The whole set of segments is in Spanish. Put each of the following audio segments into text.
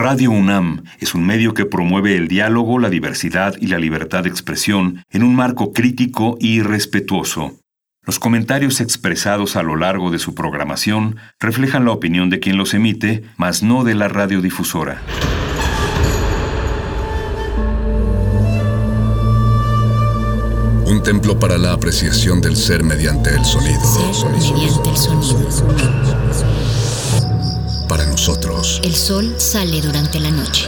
Radio UNAM es un medio que promueve el diálogo, la diversidad y la libertad de expresión en un marco crítico y respetuoso. Los comentarios expresados a lo largo de su programación reflejan la opinión de quien los emite, mas no de la radiodifusora. Un templo para la apreciación del ser mediante el sonido. Mediante el sonido. Para nosotros, el sol sale durante la noche.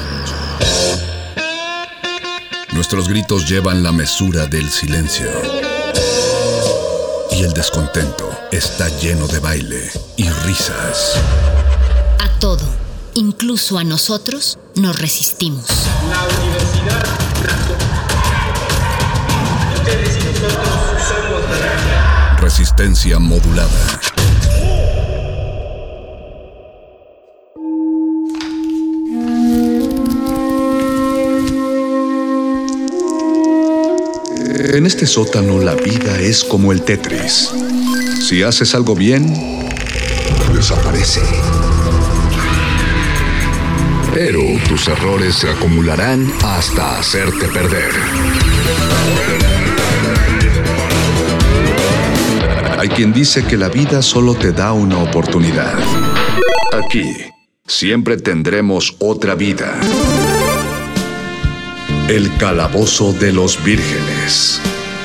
Nuestros gritos llevan la mesura del silencio. Y el descontento está lleno de baile y risas. A todo, incluso a nosotros, nos resistimos. La Universidad ustedes y nosotros somos la Resistencia modulada. En este sótano la vida es como el Tetris. Si haces algo bien, desaparece. Pero tus errores se acumularán hasta hacerte perder. Hay quien dice que la vida solo te da una oportunidad. Aquí, siempre tendremos otra vida. El Calabozo de los Vírgenes.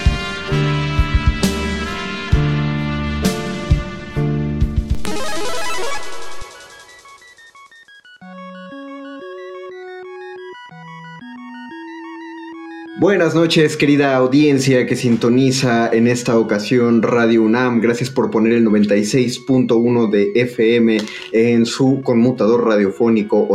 Buenas noches, querida audiencia que sintoniza en esta ocasión Radio UNAM. Gracias por poner el 96.1 de FM en su conmutador radiofónico o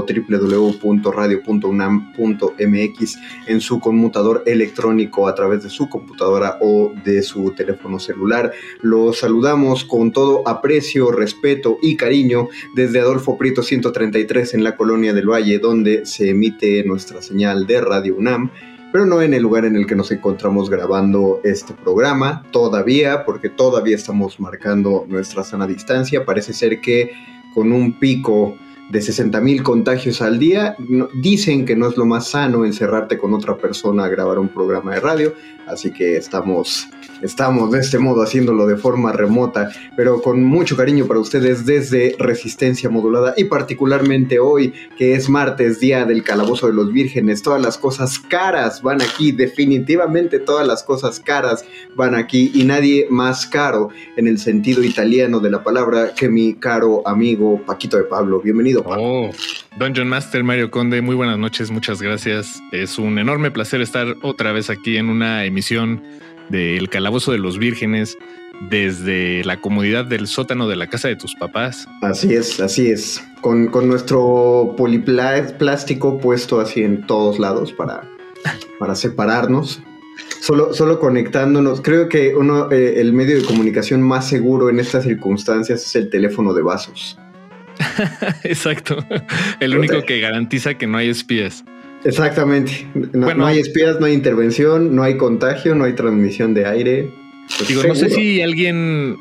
www.radio.unam.mx en su conmutador electrónico a través de su computadora o de su teléfono celular. Los saludamos con todo aprecio, respeto y cariño desde Adolfo Prieto 133 en la Colonia del Valle, donde se emite nuestra señal de Radio UNAM. Pero no en el lugar en el que nos encontramos grabando este programa, todavía, porque todavía estamos marcando nuestra sana distancia. Parece ser que con un pico de 60,000 contagios al día, dicen que no es lo más sano encerrarte con otra persona a grabar un programa de radio, así que estamos de este modo haciéndolo de forma remota, pero con mucho cariño para ustedes desde Resistencia Modulada, y particularmente hoy, que es martes, día del Calabozo de los Vírgenes. Todas las cosas caras van aquí, definitivamente todas las cosas caras van aquí, y nadie más caro en el sentido italiano de la palabra que mi caro amigo Paquito de Pablo. Bienvenido, Pablo. Dungeon Master Mario Conde, muy buenas noches, muchas gracias. Es un enorme placer estar otra vez aquí en una emisión del Calabozo de los Vírgenes desde la comodidad del sótano de la casa de tus papás. Así es. Con nuestro poliplástico puesto así en todos lados para separarnos. Solo conectándonos. Creo que el medio de comunicación más seguro en estas circunstancias es el teléfono de vasos. Exacto. El único que garantiza que no hay espías. Exactamente. No hay espías, no hay intervención, no hay contagio, no hay transmisión de aire. Digo, no sé si alguien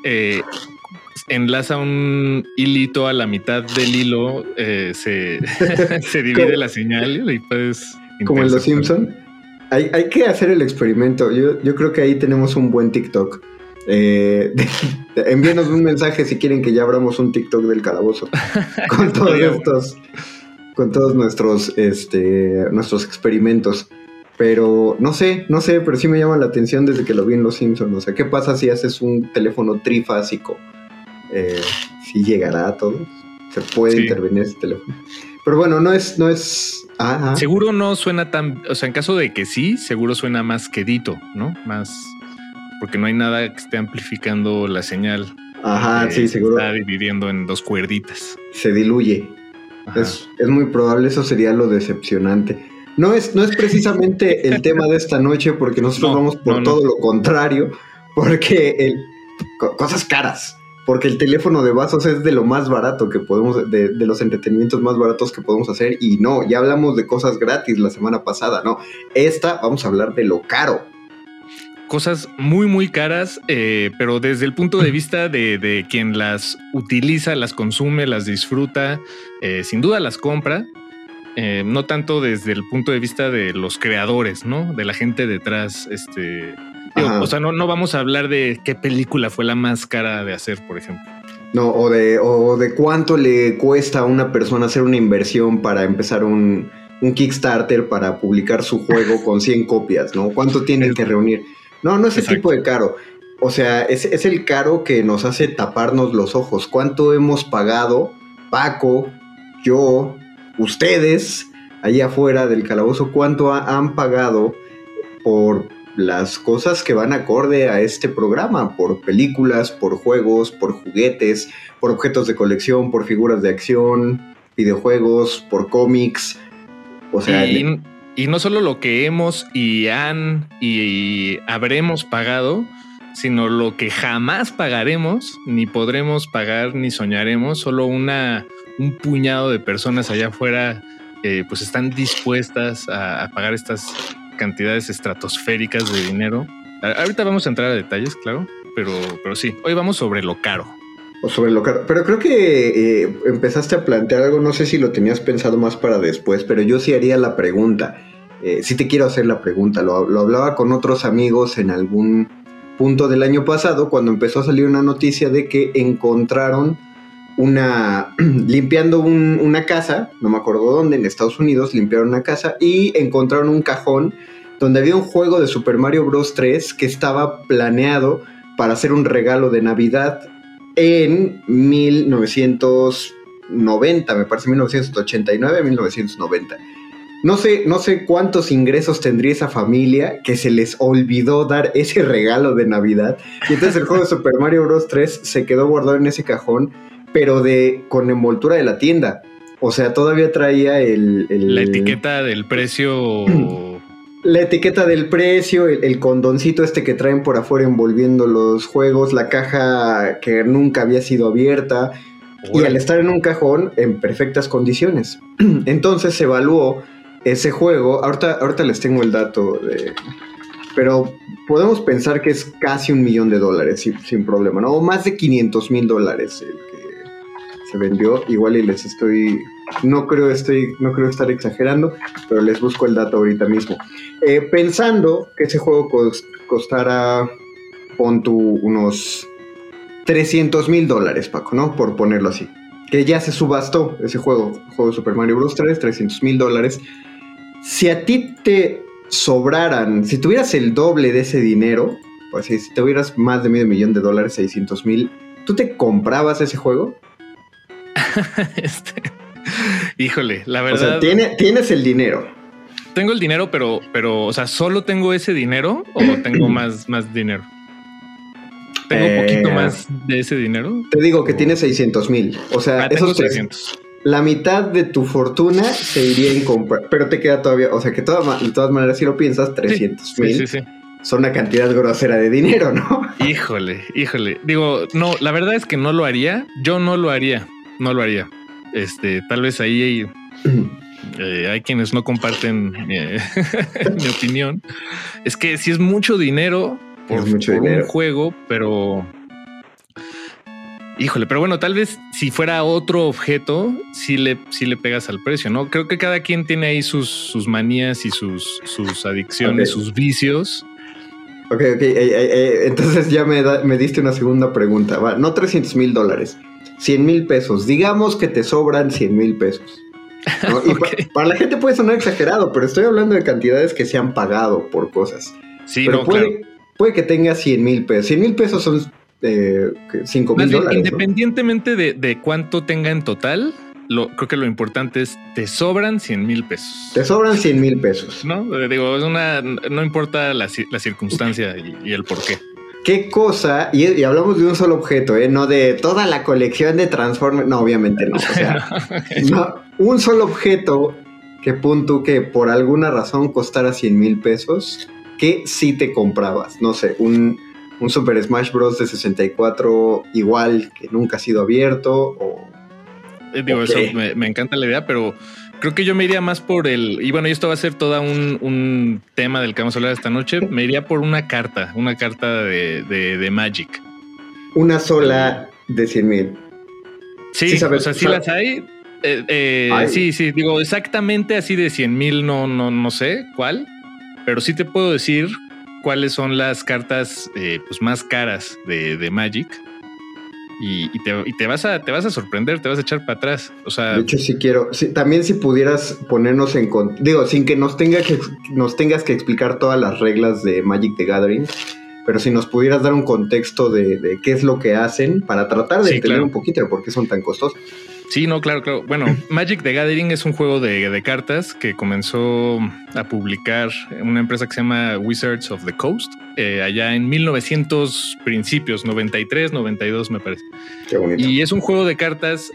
enlaza un hilito a la mitad del hilo, se divide la señal y puedes... Como en Los Simpson. Hay que hacer el experimento. Yo creo que ahí tenemos un buen TikTok. Envíenos un mensaje si quieren que ya abramos un TikTok del calabozo con todos nuestros experimentos. Pero no sé, pero sí me llama la atención desde que lo vi en Los Simpsons. O sea, ¿qué pasa si haces un teléfono trifásico? ¿Sí llegará a todos? ¿Se puede intervenir ese teléfono? Pero bueno, no es... Seguro no suena tan... O sea, en caso de que sí, seguro suena más quedito, ¿no? Más... Porque no hay nada que esté amplificando la señal. Ajá, sí, seguro. Está dividiendo en dos cuerditas. Se diluye. Es muy probable, eso sería lo decepcionante. No es precisamente el tema de esta noche, porque nosotros vamos por todo lo contrario, porque cosas caras, porque el teléfono de vasos es de lo más barato que podemos, de los entretenimientos más baratos que podemos hacer, y no, ya hablamos de cosas gratis la semana pasada, no, vamos a hablar de lo caro. Cosas muy, muy caras, pero desde el punto de vista de quien las utiliza, las consume, las disfruta, sin duda las compra. no tanto desde el punto de vista de los creadores, ¿no? De la gente detrás, o sea, no vamos a hablar de qué película fue la más cara de hacer, por ejemplo. No, o de cuánto le cuesta a una persona hacer una inversión para empezar un Kickstarter para publicar su juego con 100 copias, ¿no? ¿Cuánto tienen que reunir? No ese Exacto. tipo de caro. O sea, es el caro que nos hace taparnos los ojos. ¿Cuánto hemos pagado, Paco, yo, ustedes, allá afuera del calabozo? ¿Cuánto han pagado por las cosas que van acorde a este programa? Por películas, por juegos, por juguetes, por objetos de colección, por figuras de acción, videojuegos, por cómics. O sea, y no solo lo que hemos y habremos pagado, sino lo que jamás pagaremos, ni podremos pagar, ni soñaremos. Solo un puñado de personas allá afuera pues están dispuestas a pagar estas cantidades estratosféricas de dinero. Ahorita vamos a entrar a detalles, claro, pero sí, hoy vamos sobre lo caro. O sobre lo caro. Pero creo que empezaste a plantear algo, no sé si lo tenías pensado más para después, pero yo sí haría la pregunta. Sí te quiero hacer la pregunta. Lo hablaba con otros amigos en algún punto del año pasado, cuando empezó a salir una noticia de que encontraron limpiando una casa, no me acuerdo dónde, en Estados Unidos, limpiaron una casa y encontraron un cajón donde había un juego de Super Mario Bros. 3 que estaba planeado para hacer un regalo de Navidad en 1990, me parece 1989, 1990. No sé cuántos ingresos tendría esa familia que se les olvidó dar ese regalo de Navidad. Y entonces el juego de Super Mario Bros. 3 se quedó guardado en ese cajón, pero con envoltura de la tienda. O sea, todavía traía la etiqueta del precio. La etiqueta del precio, el condoncito que traen por afuera envolviendo los juegos, la caja que nunca había sido abierta. Y al estar en un cajón en perfectas condiciones. Entonces se evaluó ese juego. Ahorita les tengo el dato pero podemos pensar que es casi $1 millón sin problema, ¿no? O más de $500,000 el que se vendió. Igual y no creo estar exagerando, pero les busco el dato ahorita mismo. Pensando que ese juego costara, pon tú, unos $300,000, Paco, ¿no? Por ponerlo así. Que ya se subastó ese juego de Super Mario Bros. 3, $300,000. Si a ti te sobraran, si tuvieras el doble de ese dinero, pues si tuvieras más de $500,000, $600,000, ¿tú te comprabas ese juego? Híjole, la verdad. O sea, tienes el dinero. Tengo el dinero, pero, o sea, ¿solo tengo ese dinero o tengo más dinero? ¿Tengo poquito más de ese dinero? Te digo que tienes 600,000. O sea, esos 300. La mitad de tu fortuna se iría en comprar, pero te queda todavía, o sea que de todas maneras, si lo piensas, 300,000 sí. Son una cantidad grosera de dinero, ¿no? Híjole. Digo, no, la verdad es que no lo haría. Yo no lo haría. Tal vez ahí hay quienes no comparten mi opinión. Es que si es mucho dinero por un juego, pero... Híjole, pero bueno, tal vez si fuera otro objeto, sí le pegas al precio, ¿no? Creo que cada quien tiene ahí sus manías y sus adicciones, sus vicios. Ok. Entonces ya me diste una segunda pregunta. Va, no $300,000, $100,000. Digamos que te sobran $100,000. ¿No? Y para la gente puede sonar exagerado, pero estoy hablando de cantidades que se han pagado por cosas. Sí, pero no, claro. Puede que tengas $100,000. $100,000 son $5,000. Independientemente de cuánto tenga en total, creo que lo importante es te sobran $100,000. Te sobran $100,000. No, digo, no importa la circunstancia y el por qué. ¿Qué cosa? Y hablamos de un solo objeto, no de toda la colección de Transformers. No, obviamente no. O sea, no, un solo objeto que por alguna razón costara $100,000, que sí te comprabas. No sé, un Super Smash Bros. De 64 igual, que nunca ha sido abierto. Digo, eso me encanta la idea, pero creo que yo me iría más por y bueno, esto va a ser todo un tema del que vamos a hablar esta noche. Me iría por una carta de Magic. Una sola de $100,000. Sí, o sea, sí las hay. Sí, digo exactamente así de 100,000, no sé cuál, pero sí te puedo decir cuáles son las cartas pues más caras de Magic. Y te vas a sorprender, te vas a echar para atrás. O sea, de hecho, sí quiero. Sí, también si pudieras ponernos en... Digo, sin que nos tengas que explicar todas las reglas de Magic the Gathering, pero si nos pudieras dar un contexto de qué es lo que hacen para tratar de entender un poquito de por qué son tan costosos. Sí, no, claro. Bueno, Magic the Gathering es un juego de cartas que comenzó a publicar una empresa que se llama Wizards of the Coast, allá en 1900 principios, 93, 92 me parece. Qué bonito. Y es un juego de cartas,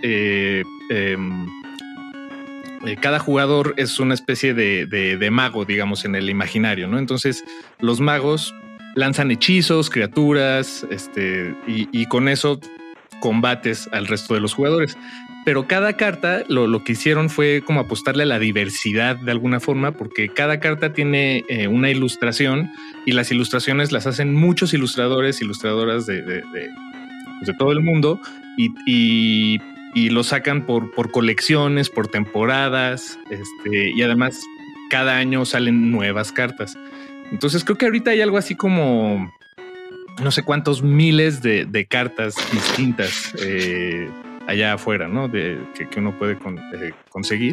cada jugador es una especie de mago, digamos, en el imaginario, ¿no? Entonces, los magos lanzan hechizos, criaturas, y con eso combates al resto de los jugadores. Pero cada carta lo que hicieron fue como apostarle a la diversidad de alguna forma, porque cada carta tiene una ilustración y las ilustraciones las hacen muchos ilustradores, ilustradoras de todo el mundo y lo sacan por colecciones, por temporadas, y además cada año salen nuevas cartas. Entonces creo que ahorita hay algo así como no sé cuántos miles de cartas distintas allá afuera, ¿no? Que uno puede conseguir.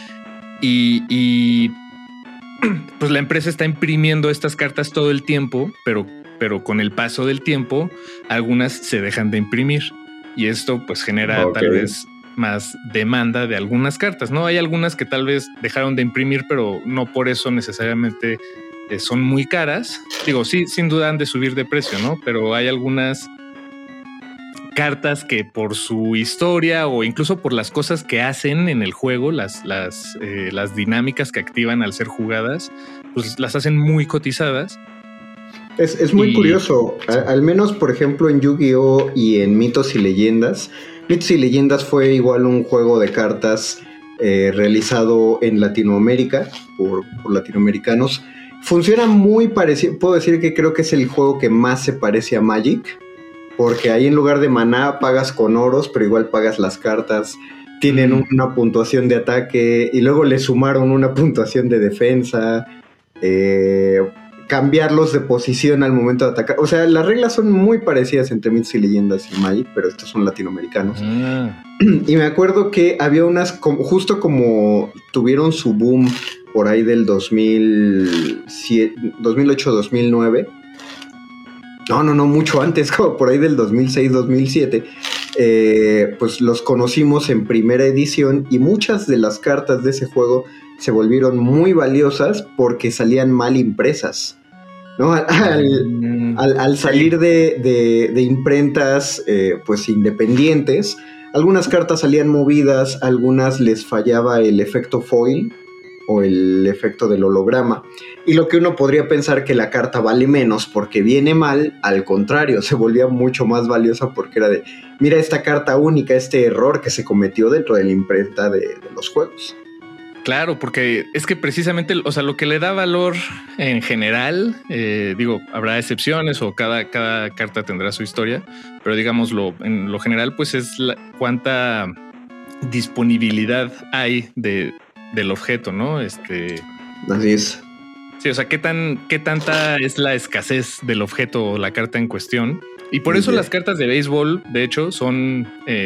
Y pues la empresa está imprimiendo estas cartas todo el tiempo, pero con el paso del tiempo, algunas se dejan de imprimir. Y esto pues genera tal vez más demanda de algunas cartas, ¿no? Hay algunas que tal vez dejaron de imprimir, pero no por eso necesariamente son muy caras. Digo, sí, sin duda han de subir de precio, ¿no? Pero hay algunas cartas que por su historia o incluso por las cosas que hacen en el juego, las dinámicas que activan al ser jugadas, pues las hacen muy cotizadas. Es muy curioso, al menos por ejemplo en Yu-Gi-Oh! Y en Mitos y Leyendas. Mitos y Leyendas fue igual un juego de cartas realizado en Latinoamérica por latinoamericanos. Funciona muy parecido, puedo decir que creo que es el juego que más se parece a Magic, porque ahí en lugar de maná pagas con oros, pero igual pagas las cartas, tienen una puntuación de ataque y luego le sumaron una puntuación de defensa, cambiarlos de posición al momento de atacar. O sea, las reglas son muy parecidas entre Mitos y Leyendas y Magic, pero estos son latinoamericanos. Y me acuerdo que había unas, justo como tuvieron su boom por ahí del 2008-2009. No, mucho antes, como por ahí del 2006-2007, pues los conocimos en primera edición y muchas de las cartas de ese juego se volvieron muy valiosas porque salían mal impresas, ¿no? Al salir de imprentas pues independientes, algunas cartas salían movidas, algunas les fallaba el efecto foil o el efecto del holograma. Y lo que uno podría pensar que la carta vale menos porque viene mal, al contrario, se volvía mucho más valiosa porque era de, mira esta carta única, este error que se cometió dentro de la imprenta de los juegos. Claro, porque es que precisamente, o sea, lo que le da valor en general, digo, habrá excepciones o cada carta tendrá su historia, pero digámoslo, en lo general, pues es cuánta disponibilidad hay del objeto, ¿no? Así es. Sí, o sea, ¿qué tanta es la escasez del objeto o la carta en cuestión? Y por eso las cartas de béisbol, de hecho, son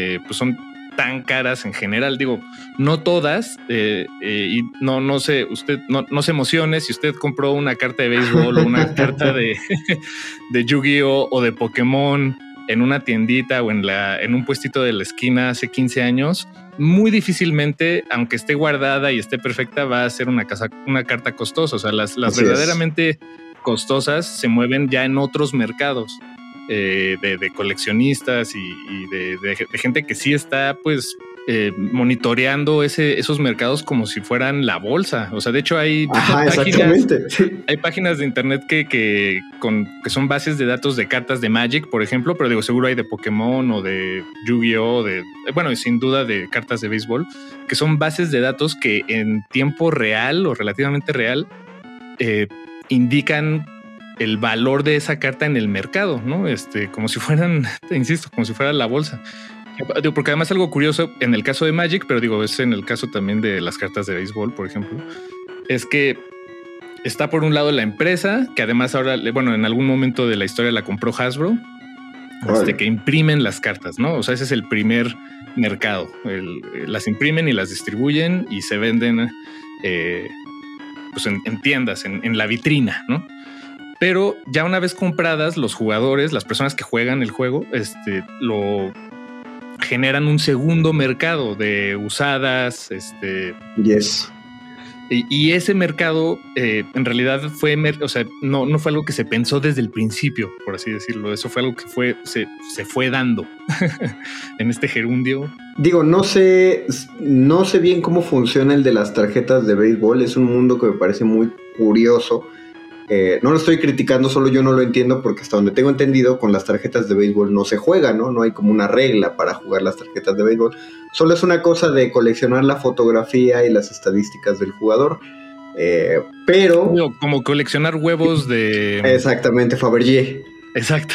tan caras en general. Digo, no todas, y no sé, usted no se emocione si usted compró una carta de béisbol o una carta de Yu-Gi-Oh! O de Pokémon en una tiendita o en un puestito de la esquina hace 15 años. Muy difícilmente, aunque esté guardada y esté perfecta, va a ser una carta costosa. O sea, las verdaderamente costosas se mueven ya en otros mercados de coleccionistas y de gente que sí está pues monitoreando esos mercados como si fueran la bolsa. O sea, de hecho hay páginas de internet que son bases de datos de cartas de Magic, por ejemplo, pero digo, seguro hay de Pokémon o de Yu-Gi-Oh! Bueno, sin duda de cartas de béisbol, que son bases de datos que en tiempo real o relativamente real indican el valor de esa carta en el mercado, ¿no? Como si fueran, insisto, como si fuera la bolsa. Digo, porque además algo curioso en el caso de Magic, pero digo, es en el caso también de las cartas de béisbol, por ejemplo, es que está por un lado la empresa, que además ahora, bueno, en algún momento de la historia la compró Hasbro, que imprimen las cartas, ¿no? O sea, ese es el primer mercado. Las imprimen y las distribuyen y se venden pues en tiendas, en la vitrina, ¿no? Pero ya una vez compradas, los jugadores, las personas que juegan el juego, lo generan un segundo mercado de usadas, Yes. Y ese mercado en realidad fue, o sea, no fue algo que se pensó desde el principio, por así decirlo. Eso fue algo que se fue dando en este gerundio. Digo, no sé bien cómo funciona el de las tarjetas de béisbol. Es un mundo que me parece muy curioso. No lo estoy criticando, solo yo no lo entiendo porque hasta donde tengo entendido, con las tarjetas de béisbol no se juega, ¿no? No hay como una regla para jugar las tarjetas de béisbol. Solo es una cosa de coleccionar la fotografía y las estadísticas del jugador. Pero... Como coleccionar huevos de... Exactamente, Fabergé. Exacto.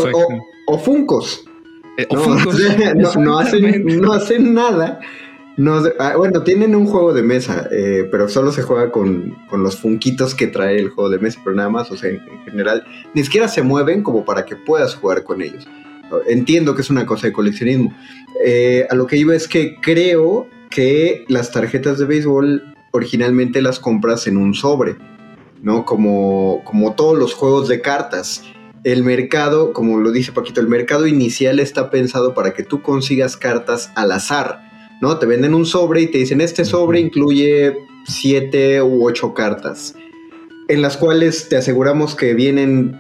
O Funkos. O Funkos. No hacen nada. Bueno, tienen un juego de mesa, pero solo se juega con los funquitos que trae el juego de mesa, pero nada más, o sea, en general, ni siquiera se mueven como para que puedas jugar con ellos. Entiendo que es una cosa de coleccionismo. A lo que iba es que creo que las tarjetas de béisbol originalmente las compras en un sobre, ¿no? Como todos los juegos de cartas. El mercado, como lo dice Paquito, el mercado inicial está pensado para que tú consigas cartas al azar, ¿no? Te venden un sobre y te dicen, este sobre incluye 7 u 8 cartas, en las cuales te aseguramos que vienen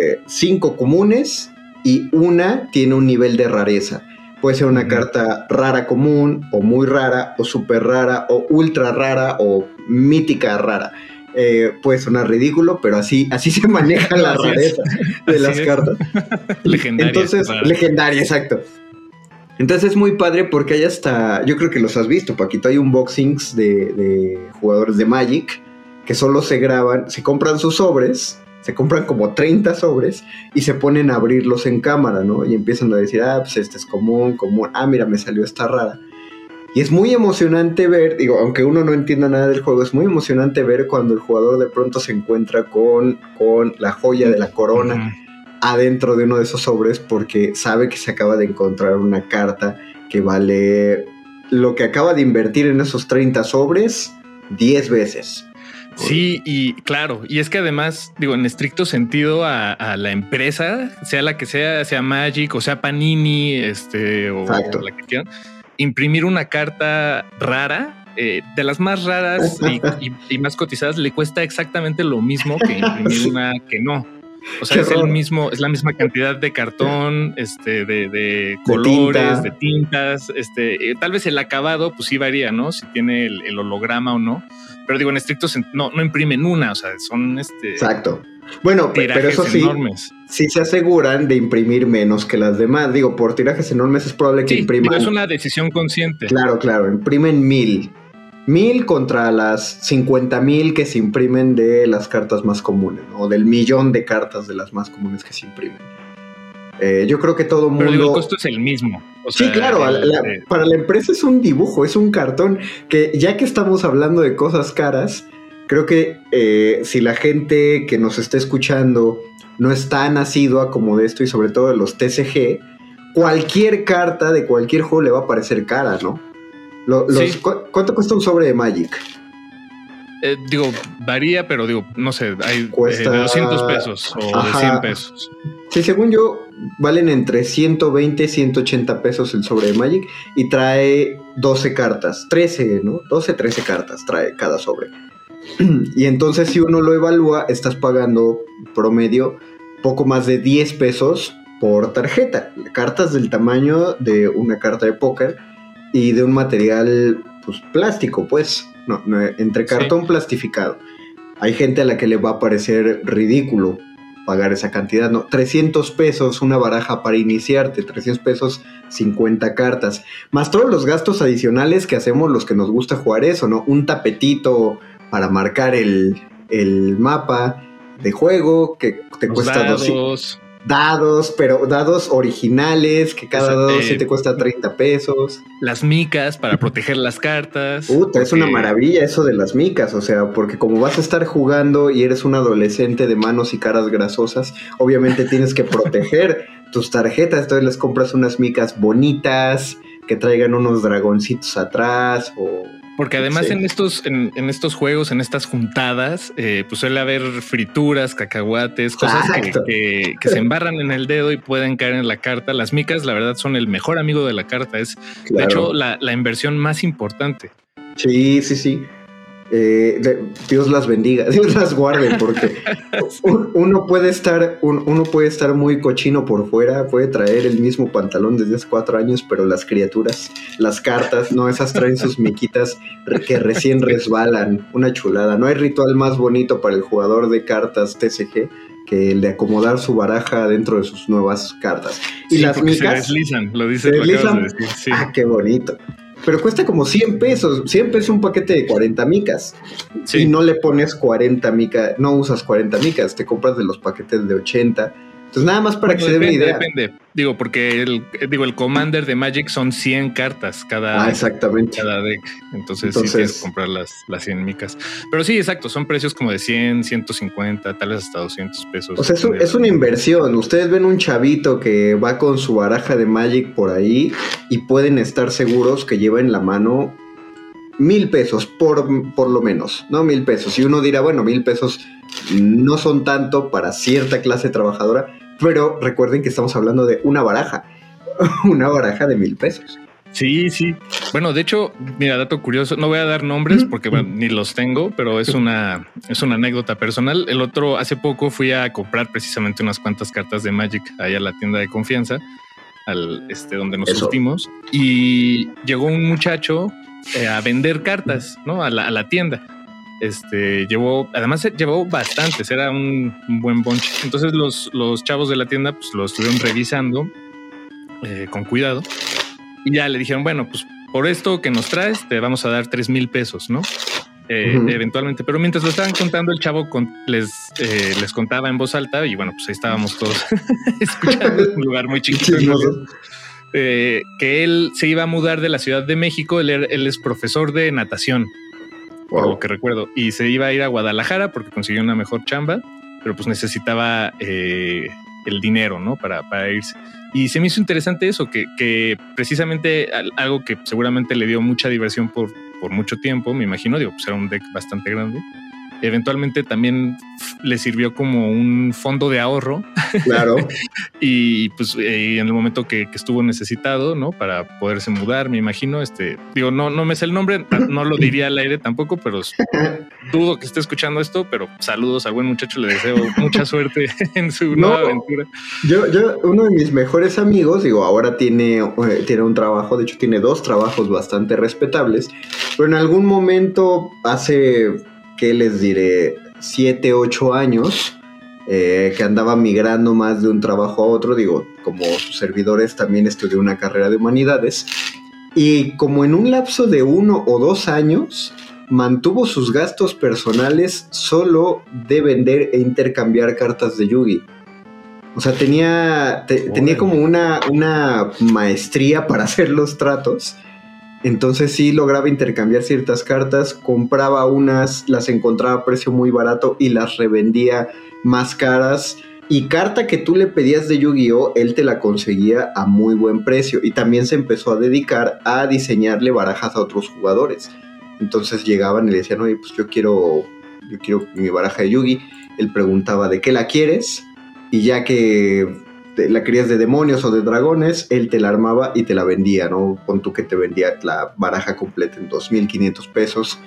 5 comunes y una tiene un nivel de rareza. Puede ser una carta rara común, o muy rara, o súper rara, o ultra rara, o mítica rara. Puede sonar ridículo, pero así se maneja la rareza de las cartas. Legendaria. Entonces, legendaria, exacto. Entonces es muy padre porque hay hasta, yo creo que los has visto, Paquito, hay unboxings de jugadores de Magic que solo se graban, se compran sus sobres, se compran como 30 sobres y se ponen a abrirlos en cámara, ¿no? Y empiezan a decir, pues este es común, mira, me salió esta rara. Y es muy emocionante ver, digo, aunque uno no entienda nada del juego, es muy emocionante ver cuando el jugador de pronto se encuentra con la joya de la corona adentro de uno de esos sobres, porque sabe que se acaba de encontrar una carta que vale lo que acaba de invertir en esos 30 sobres 10 veces. Sí, y claro, y es que además, digo, en estricto sentido a la empresa, sea la que sea Magic o sea Panini, o la que quieran, imprimir una carta rara, de las más raras y más cotizadas, le cuesta exactamente lo mismo que imprimir una que no. O sea, es la misma cantidad de cartón, de colores, de tintas, tal vez el acabado, pues sí varía, ¿no? Si tiene el holograma o no. Pero digo, en estricto no imprimen una, o sea, son Exacto. Bueno, pero eso sí, enormes. Sí se aseguran de imprimir menos que las demás. Digo, por tirajes enormes es probable que impriman. Pero es una decisión consciente. Claro, imprimen 1000 contra las 50,000 que se imprimen de las cartas más comunes, ¿no? O del 1,000,000 de cartas de las más comunes que se imprimen. Yo creo que todo mundo... Pero el costo es el mismo. O sea, sí, claro, para la empresa es un dibujo, es un cartón, que ya que estamos hablando de cosas caras, creo que si la gente que nos está escuchando no es tan asidua como de esto, y sobre todo de los TCG, cualquier carta de cualquier juego le va a parecer cara, ¿no? Sí. ¿Cuánto cuesta un sobre de Magic? Digo, varía, pero digo, no sé, hay cuesta de 200 pesos o de 100 pesos. Sí, según yo, valen entre 120 y 180 pesos el sobre de Magic y trae 12 cartas, 13, ¿no? 12, 13 cartas trae cada sobre. Y entonces, si uno lo evalúa, estás pagando promedio poco más de 10 pesos por tarjeta. Cartas del tamaño de una carta de póker y de un material, pues, plástico, pues. No, entre cartón plastificado. Hay gente a la que le va a parecer ridículo pagar esa cantidad, ¿no? 300 pesos una baraja para iniciarte, 300 pesos 50 cartas, más todos los gastos adicionales que hacemos los que nos gusta jugar eso, ¿no? Un tapetito para marcar el mapa de juego que te cuesta 200. dados, pero dados originales, que cada dado sí te cuesta 30 pesos. Las micas para proteger las cartas. Es una maravilla eso de las micas, o sea, porque como vas a estar jugando y eres un adolescente de manos y caras grasosas, obviamente tienes que proteger tus tarjetas, entonces les compras unas micas bonitas, que traigan unos dragoncitos atrás o... Porque además en estos juegos, en estas juntadas, pues suele haber frituras, cacahuates, cosas que se embarran en el dedo y pueden caer en la carta. Las micas, la verdad, son el mejor amigo de la carta. Es, de hecho, la inversión más importante. Sí. Dios las bendiga, Dios las guarde, porque uno puede estar muy cochino por fuera, puede traer el mismo pantalón desde hace 4 años, pero las criaturas, las cartas, no, esas traen sus miquitas que recién resbalan, una chulada. No hay ritual más bonito para el jugador de cartas TCG que el de acomodar su baraja dentro de sus nuevas cartas. Y las micas se deslizan, lo dices, lo acabas de decir. Sí. Qué bonito. Pero cuesta como 100 pesos. 100 pesos un paquete de 40 micas. Sí. Y no le pones 40 micas, no usas 40 micas, te compras de los paquetes de 80. Entonces, nada más para que se den una idea. Depende. Digo, porque el Commander de Magic son 100 cartas cada, exactamente. Cada deck. Entonces sí tienes que comprar las 100 micas. Pero sí, exacto, son precios como de 100, 150, tal vez hasta 200 pesos. O sea, es una inversión. Ustedes ven un chavito que va con su baraja de Magic por ahí y pueden estar seguros que lleva en la mano 1,000 pesos por lo menos, ¿no? 1,000 pesos. Y uno dirá, bueno, 1,000 pesos no son tanto para cierta clase trabajadora, pero recuerden que estamos hablando de una baraja de 1,000 pesos. Sí. Bueno, de hecho, mira, dato curioso, no voy a dar nombres porque bueno, ni los tengo, pero es una anécdota personal. Hace poco fui a comprar precisamente unas cuantas cartas de Magic allá a la tienda de confianza, donde nos surtimos, y llegó un muchacho a vender cartas, ¿no? A la tienda. Llevó bastantes, era un buen bunch. Entonces los chavos de la tienda pues lo estuvieron revisando con cuidado y ya le dijeron, bueno, pues por esto que nos traes te vamos a dar 3,000 pesos, ¿no? Eventualmente, pero mientras lo estaban contando, el chavo les contaba en voz alta y bueno, pues ahí estábamos todos escuchando. En un lugar muy chiquito. Que él se iba a mudar de la Ciudad de México. Él es profesor de natación, por lo que recuerdo, y se iba a ir a Guadalajara porque consiguió una mejor chamba, pero pues necesitaba el dinero, ¿no? Para irse. Y se me hizo interesante eso, que precisamente algo que seguramente le dio mucha diversión por mucho tiempo, me imagino, pues era un deck bastante grande. Eventualmente también le sirvió como un fondo de ahorro. Claro. Y pues en el momento que estuvo necesitado, ¿no? Para poderse mudar, me imagino. No me sé el nombre, no lo diría al aire tampoco, pero dudo que esté escuchando esto, pero saludos al buen muchacho, le deseo mucha suerte en su nueva aventura. Yo, uno de mis mejores amigos, ahora tiene un trabajo, de hecho tiene 2 trabajos bastante respetables, pero en algún momento hace... ¿qué les diré? 7, 8 años, que andaba migrando más de un trabajo a otro. Como sus servidores, también estudió una carrera de humanidades. Y como en un lapso de 1 o 2 años, mantuvo sus gastos personales solo de vender e intercambiar cartas de Yu-Gi. O sea, tenía como una maestría para hacer los tratos. Entonces sí lograba intercambiar ciertas cartas, compraba unas, las encontraba a precio muy barato y las revendía más caras. Y carta que tú le pedías de Yu-Gi-Oh, él te la conseguía a muy buen precio. Y también se empezó a dedicar a diseñarle barajas a otros jugadores. Entonces llegaban y le decían, oye, pues yo quiero mi baraja de Yu-Gi. Él preguntaba, ¿de qué la quieres? Y ya que la querías de demonios o de dragones, él te la armaba y te la vendía, ¿no? Pon tú que te vendía la baraja completa en 2,500 pesos.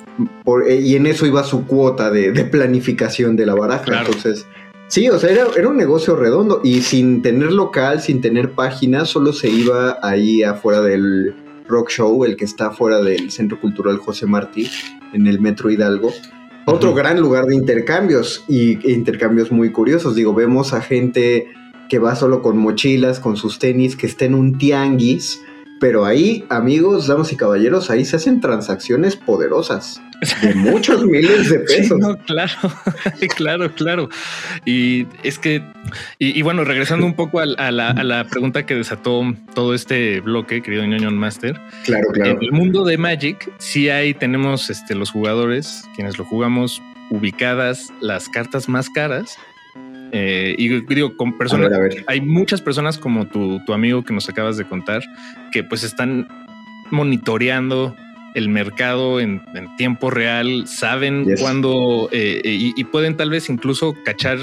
Y en eso iba su cuota de planificación de la baraja. Claro. Entonces, sí, o sea, era un negocio redondo. Y sin tener local, sin tener página, solo se iba ahí afuera del Rock Show, el que está afuera del Centro Cultural José Martí, en el Metro Hidalgo. Otro gran lugar de intercambios, y intercambios muy curiosos. Vemos a gente que va solo con mochilas, con sus tenis, que está en un tianguis, Pero ahí, amigos, damas y caballeros, ahí se hacen transacciones poderosas de muchos miles de pesos. Sí, no, claro, claro. Y es que, y bueno, regresando un poco a la pregunta que desató todo este bloque, querido ñoño Master. Claro. En el mundo de Magic, sí tenemos los jugadores, quienes lo jugamos, ubicadas las cartas más caras. Y digo, con personas, a ver. Hay muchas personas como tu amigo que nos acabas de contar, que pues están monitoreando el mercado en tiempo real, saben cuándo y pueden tal vez incluso cachar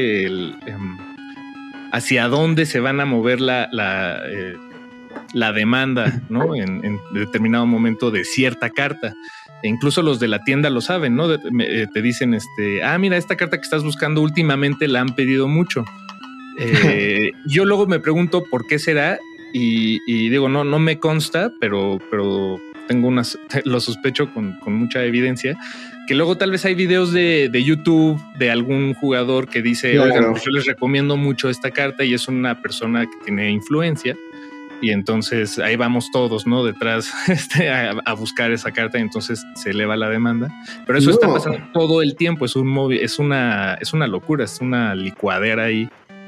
hacia dónde se van a mover la demanda, ¿no? en determinado momento de cierta carta. E incluso los de la tienda lo saben, ¿no? Te dicen, mira, esta carta que estás buscando últimamente la han pedido mucho. Yo luego me pregunto por qué será y digo, no me consta, pero tengo lo sospecho con mucha evidencia, que luego tal vez hay videos de YouTube de algún jugador que dice, claro, oigan, pues yo les recomiendo mucho esta carta y es una persona que tiene influencia. Y entonces ahí vamos todos, ¿no? Detrás a buscar esa carta y entonces se eleva la demanda. Pero eso está pasando todo el tiempo. Es una locura, es una licuadera ahí.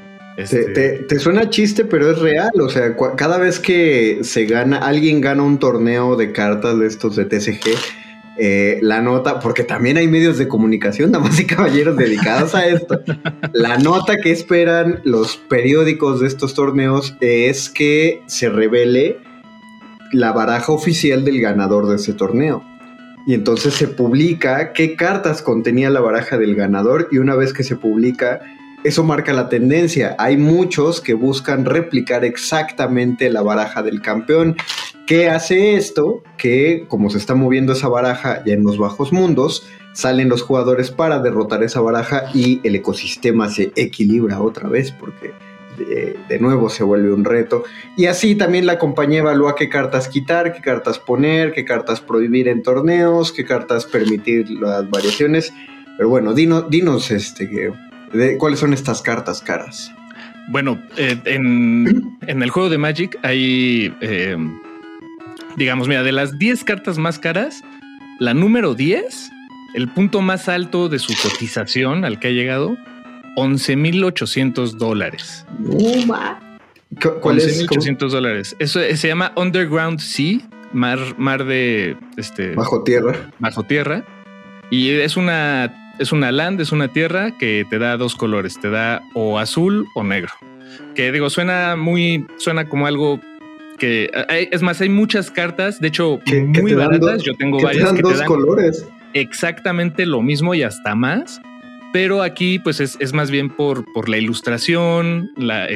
Te suena chiste, pero es real. O sea, cada vez que alguien gana un torneo de cartas de estos de TCG, la nota, porque también hay medios de comunicación, damas y caballeros, dedicados a esto. La nota que esperan los periódicos de estos torneos es que se revele la baraja oficial del ganador de ese torneo. Y entonces se publica qué cartas contenía la baraja del ganador, y una vez que se publica, eso marca la tendencia. Hay muchos que buscan replicar exactamente la baraja del campeón. ¿Qué hace esto? Que como se está moviendo esa baraja ya en los bajos mundos, salen los jugadores para derrotar esa baraja y el ecosistema se equilibra otra vez porque de nuevo se vuelve un reto. Y así también la compañía evalúa qué cartas quitar, qué cartas poner, qué cartas prohibir en torneos, qué cartas permitir las variaciones. Pero bueno, dinos ¿cuáles son estas cartas caras? Bueno, en el juego de Magic hay... digamos, mira, de las 10 cartas más caras, la número 10, el punto más alto de su cotización al que ha llegado, $11,800. ¿Cuál es? $11,800. Eso se llama Underground Sea, mar de bajo tierra. Bajo tierra. Y es una land, es una tierra que te da dos colores, te da o azul o negro. Que digo, suena como algo que es más, hay muchas cartas, de hecho, muy baratas. Yo tengo varias que te dan colores. Exactamente lo mismo y hasta más. Pero aquí, pues, es más bien por la ilustración,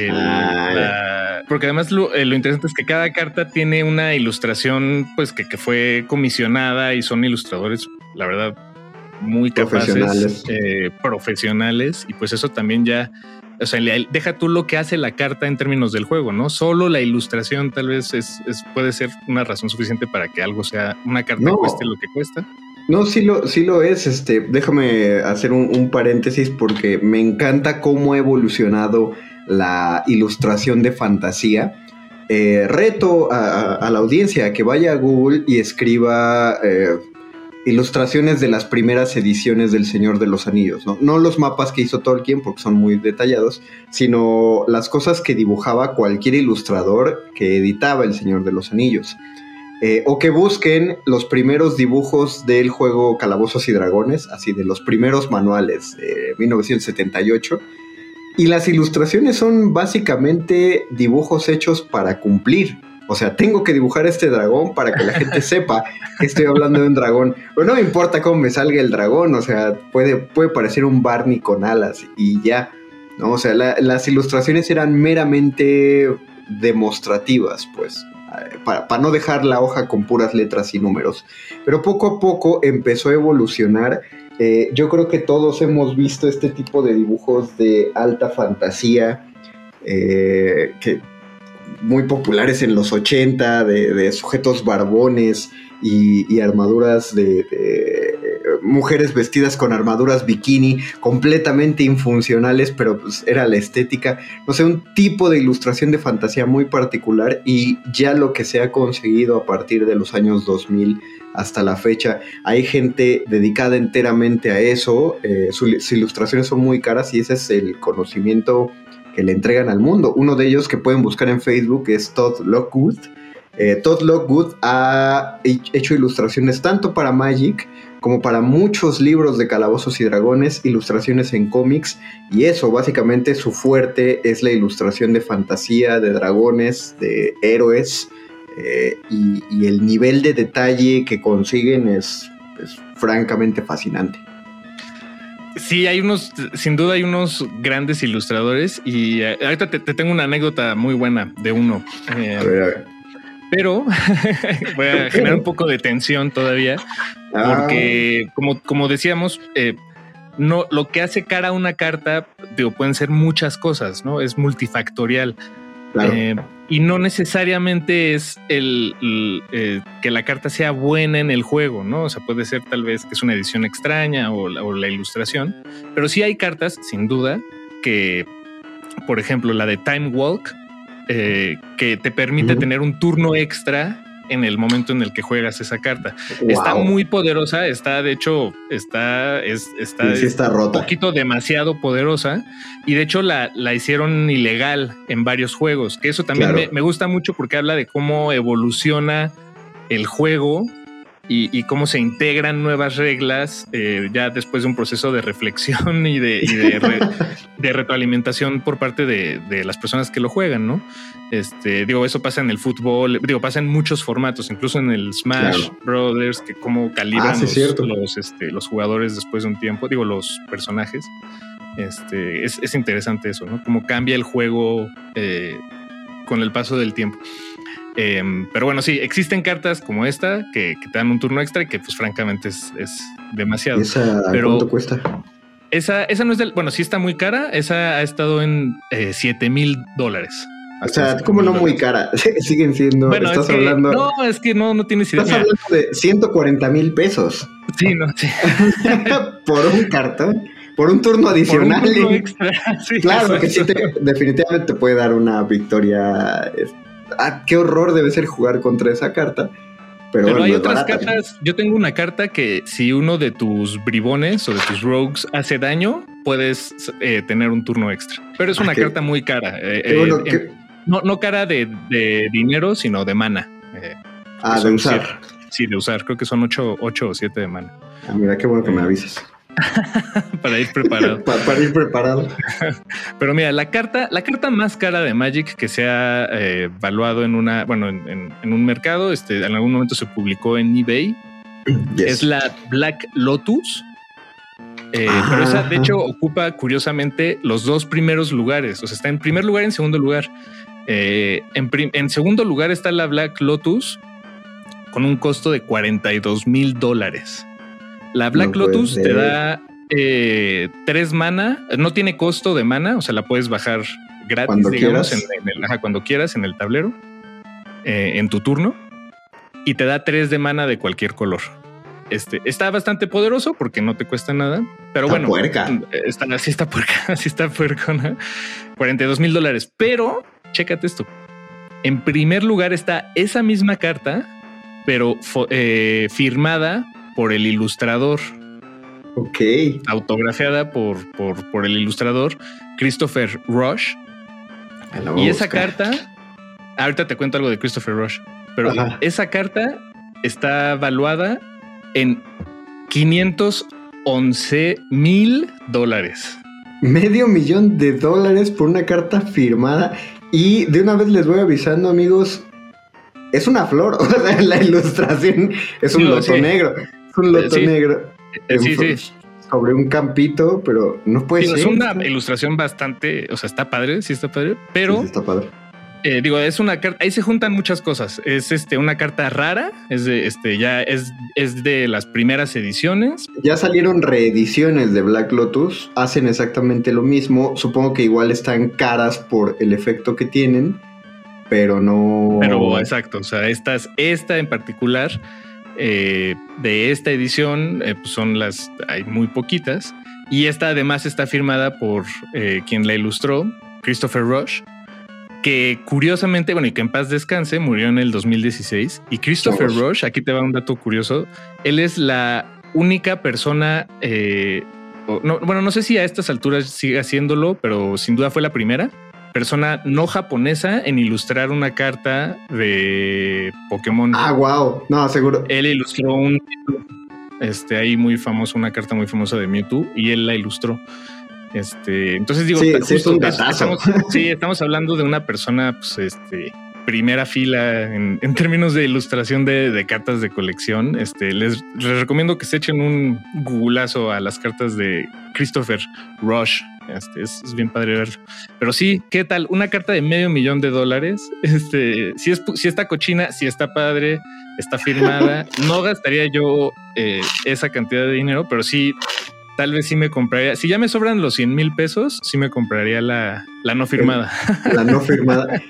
porque además lo interesante es que cada carta tiene una ilustración, pues, que fue comisionada y son ilustradores, la verdad, muy capaces, profesionales, y pues eso también ya, o sea, deja tú lo que hace la carta en términos del juego, ¿no? Solo la ilustración tal vez puede ser una razón suficiente para que algo sea, una carta cueste lo que cuesta. No, sí lo es. Déjame hacer un paréntesis porque me encanta cómo ha evolucionado la ilustración de fantasía. Reto a la audiencia a que vaya a Google y escriba ilustraciones de las primeras ediciones del Señor de los Anillos, ¿no? No los mapas que hizo Tolkien porque son muy detallados, sino las cosas que dibujaba cualquier ilustrador que editaba el Señor de los Anillos. O que busquen los primeros dibujos del juego Calabozos y Dragones, así de los primeros manuales de 1978. Y las ilustraciones son básicamente dibujos hechos para cumplir. O sea, tengo que dibujar este dragón para que la gente sepa que estoy hablando de un dragón. Pero no me importa cómo me salga el dragón, o sea, puede parecer un Barney con alas y ya, ¿no? O sea, las ilustraciones eran meramente demostrativas, pues, para no dejar la hoja con puras letras y números. Pero poco a poco empezó a evolucionar. Yo creo que todos hemos visto este tipo de dibujos de alta fantasía, que muy populares en los 80, de sujetos barbones y armaduras mujeres vestidas con armaduras bikini, completamente infuncionales, pero pues era la estética, no sé, un tipo de ilustración de fantasía muy particular, y ya lo que se ha conseguido a partir de los años 2000 hasta la fecha, hay gente dedicada enteramente a eso, sus ilustraciones son muy caras y ese es el conocimiento que le entregan al mundo. Uno de ellos que pueden buscar en Facebook es Todd Lockwood. Todd Lockwood ha hecho ilustraciones tanto para Magic como para muchos libros de Calabozos y Dragones, ilustraciones en cómics, y eso, básicamente su fuerte es la ilustración de fantasía, de dragones, de héroes, y el nivel de detalle que consiguen es francamente fascinante. Sí, sin duda hay unos grandes ilustradores, y ahorita te tengo una anécdota muy buena de uno. A ver. Pero voy a generar un poco de tensión todavía, porque como decíamos, no, lo que hace cara a una carta, pueden ser muchas cosas, ¿no? Es multifactorial. Claro. Y no necesariamente es que la carta sea buena en el juego, ¿no? O sea, puede ser tal vez que es una edición extraña o la ilustración, pero sí hay cartas, sin duda, que, por ejemplo, la de Time Walk, que te permite tener un turno extra en el momento en el que juegas esa carta. Wow. Está muy poderosa, está rota. Un poquito demasiado poderosa, y de hecho la hicieron ilegal en varios juegos, que eso también me gusta mucho porque habla de cómo evoluciona el juego y cómo se integran nuevas reglas ya después de un proceso de reflexión y de retroalimentación por parte de las personas que lo juegan, ¿no? Eso pasa en el fútbol, pasa en muchos formatos, incluso en el Smash Brothers, que cómo calibran los jugadores después de un tiempo, los personajes. Es interesante eso, ¿no? Cómo cambia el juego con el paso del tiempo. Pero bueno, sí, existen cartas como esta que te dan un turno extra y que pues francamente es demasiado. ¿Esa cuánto cuesta? Esa no es bueno, sí está muy cara. Esa ha estado en $7,000. O sea, como no muy cara, siguen siendo. Bueno, estás hablando. No, es que no tienes idea. Estás hablando de 140,000 pesos. Sí, no, sí. Por un cartón, por un turno adicional. Por un turno extra. Sí, claro, que sí, definitivamente te puede dar una victoria. Qué horror debe ser jugar contra esa carta. Pero bueno, hay otras cartas. Yo tengo una carta que si uno de tus bribones o de tus rogues hace daño, puedes tener un turno extra. Pero es una carta muy cara. No cara de dinero, sino de mana. De usar. Sí, de usar. Creo que son 8 o 7 de mana. Mira, qué bueno que me avisas. Para ir preparado. para ir preparado. Pero mira, la carta más cara de Magic que se ha evaluado en un mercado, en algún momento se publicó en eBay. Yes. Es la Black Lotus. Pero esa, de hecho, ocupa curiosamente los dos primeros lugares. O sea, está en primer lugar y en segundo lugar. En segundo lugar está la Black Lotus con un costo de $42,000. La Black Lotus te da 3 mana, no tiene costo de mana, o sea, la puedes bajar gratis, cuando digamos, cuando quieras en el tablero, en tu turno, y te da 3 de mana de cualquier color. Está bastante poderoso porque no te cuesta nada, pero está bueno, puerca. Así está puerca, ¿no? $42,000, pero chécate esto. En primer lugar está esa misma carta, pero firmada por el ilustrador. Ok. Autografiada por el ilustrador Christopher Rush. Y esa carta, ahorita te cuento algo de Christopher Rush, pero esa carta está valuada en $511,000. $500,000 por una carta firmada. Y de una vez les voy avisando, amigos, es una flor. O sea, la ilustración es un loto negro. Es un loto negro. Sobre un campito, pero no puede ser. Es una ilustración bastante, o sea, está padre, pero sí, está padre. Es una carta, ahí se juntan muchas cosas. Es una carta rara, es de las primeras ediciones. Ya salieron reediciones de Black Lotus, hacen exactamente lo mismo. Supongo que igual están caras por el efecto que tienen, pero no. Pero exacto, o sea, esta en particular de esta edición pues hay muy poquitas. Y esta además está firmada por quien la ilustró, Christopher Rush, que curiosamente, bueno, y que en paz descanse, murió en el 2016. Y Christopher Rush, aquí te va un dato curioso, él es la única persona, no sé si a estas alturas sigue haciéndolo, pero sin duda fue la primera persona no japonesa en ilustrar una carta de Pokémon. Ah, wow, no, seguro. Él ilustró ahí muy famoso, una carta muy famosa de Mewtwo, y él la ilustró. Entonces digo, sí, es un datazo. Estamos hablando de una persona, pues, primera fila en términos de ilustración de cartas de colección. Les recomiendo que se echen un googlazo a las cartas de Christopher Rush. Es bien padre verlo. Pero sí, ¿qué tal? Una carta de $500,000. Si está cochina, si está padre, está firmada. No gastaría yo esa cantidad de dinero, pero sí, tal vez sí me compraría. Si ya me sobran los $100,000, sí me compraría la no firmada. La no firmada.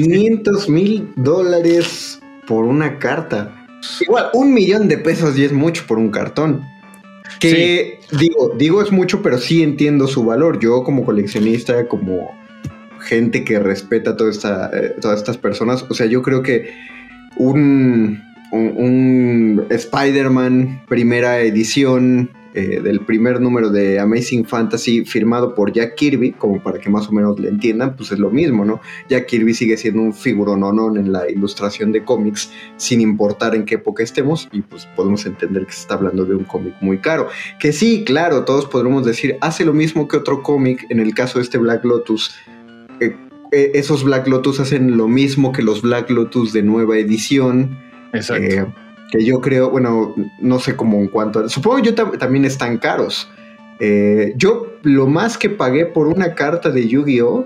$500,000 por una carta. Igual, $1,000,000 y es mucho por un cartón. Que sí. digo es mucho, pero sí entiendo su valor. Yo como coleccionista, como gente que respeta todas estas personas, o sea, yo creo que un Spider-Man primera edición del primer número de Amazing Fantasy firmado por Jack Kirby, como para que más o menos le entiendan, pues es lo mismo, ¿no? Jack Kirby sigue siendo un figurononón en la ilustración de cómics, sin importar en qué época estemos, y pues podemos entender que se está hablando de un cómic muy caro. Que sí, claro, todos podremos decir, hace lo mismo que otro cómic. En el caso de este Black Lotus, esos Black Lotus hacen lo mismo que los Black Lotus de nueva edición. Exacto. Que yo creo, bueno, no sé cómo en cuanto... Supongo yo también están caros. Yo lo más que pagué por una carta de Yu-Gi-Oh!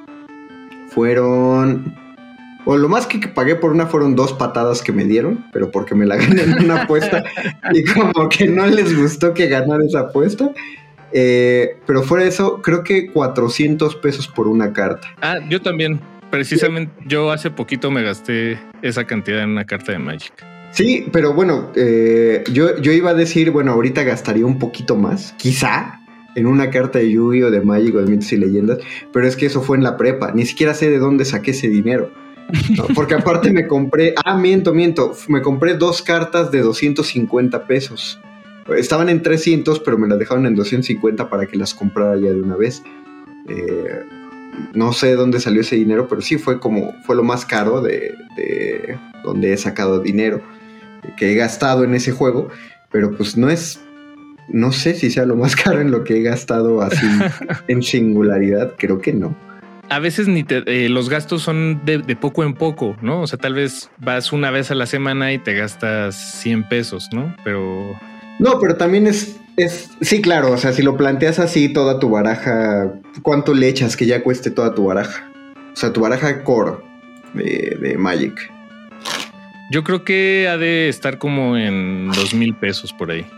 Lo más que pagué por una fueron 2 patadas que me dieron, pero porque me la gané en una apuesta y como que no les gustó que ganara esa apuesta. Pero fuera de eso, creo que $400 por una carta. Ah, yo también. Precisamente, yo hace poquito me gasté esa cantidad en una carta de Magic. Sí, pero bueno, yo iba a decir, bueno, ahorita gastaría un poquito más, quizá, en una carta de Yu-Gi-Oh, de Magic o de Mitos y Leyendas, pero es que eso fue en la prepa, ni siquiera sé de dónde saqué ese dinero, ¿no? Porque aparte me compré, me compré 2 cartas de $250. Estaban en 300, pero me las dejaron en 250 para que las comprara ya de una vez. No sé de dónde salió ese dinero, pero sí fue lo más caro de donde he sacado dinero que he gastado en ese juego, pero pues no sé si sea lo más caro en lo que he gastado así en singularidad, creo que no. A veces los gastos son de poco en poco, ¿no? O sea, tal vez vas una vez a la semana y te gastas $100, ¿no? Pero también sí, claro, o sea, si lo planteas así, toda tu baraja, ¿cuánto le echas que ya cueste toda tu baraja? O sea, tu baraja core de Magic. Yo creo que ha de estar como en $2,000 por ahí.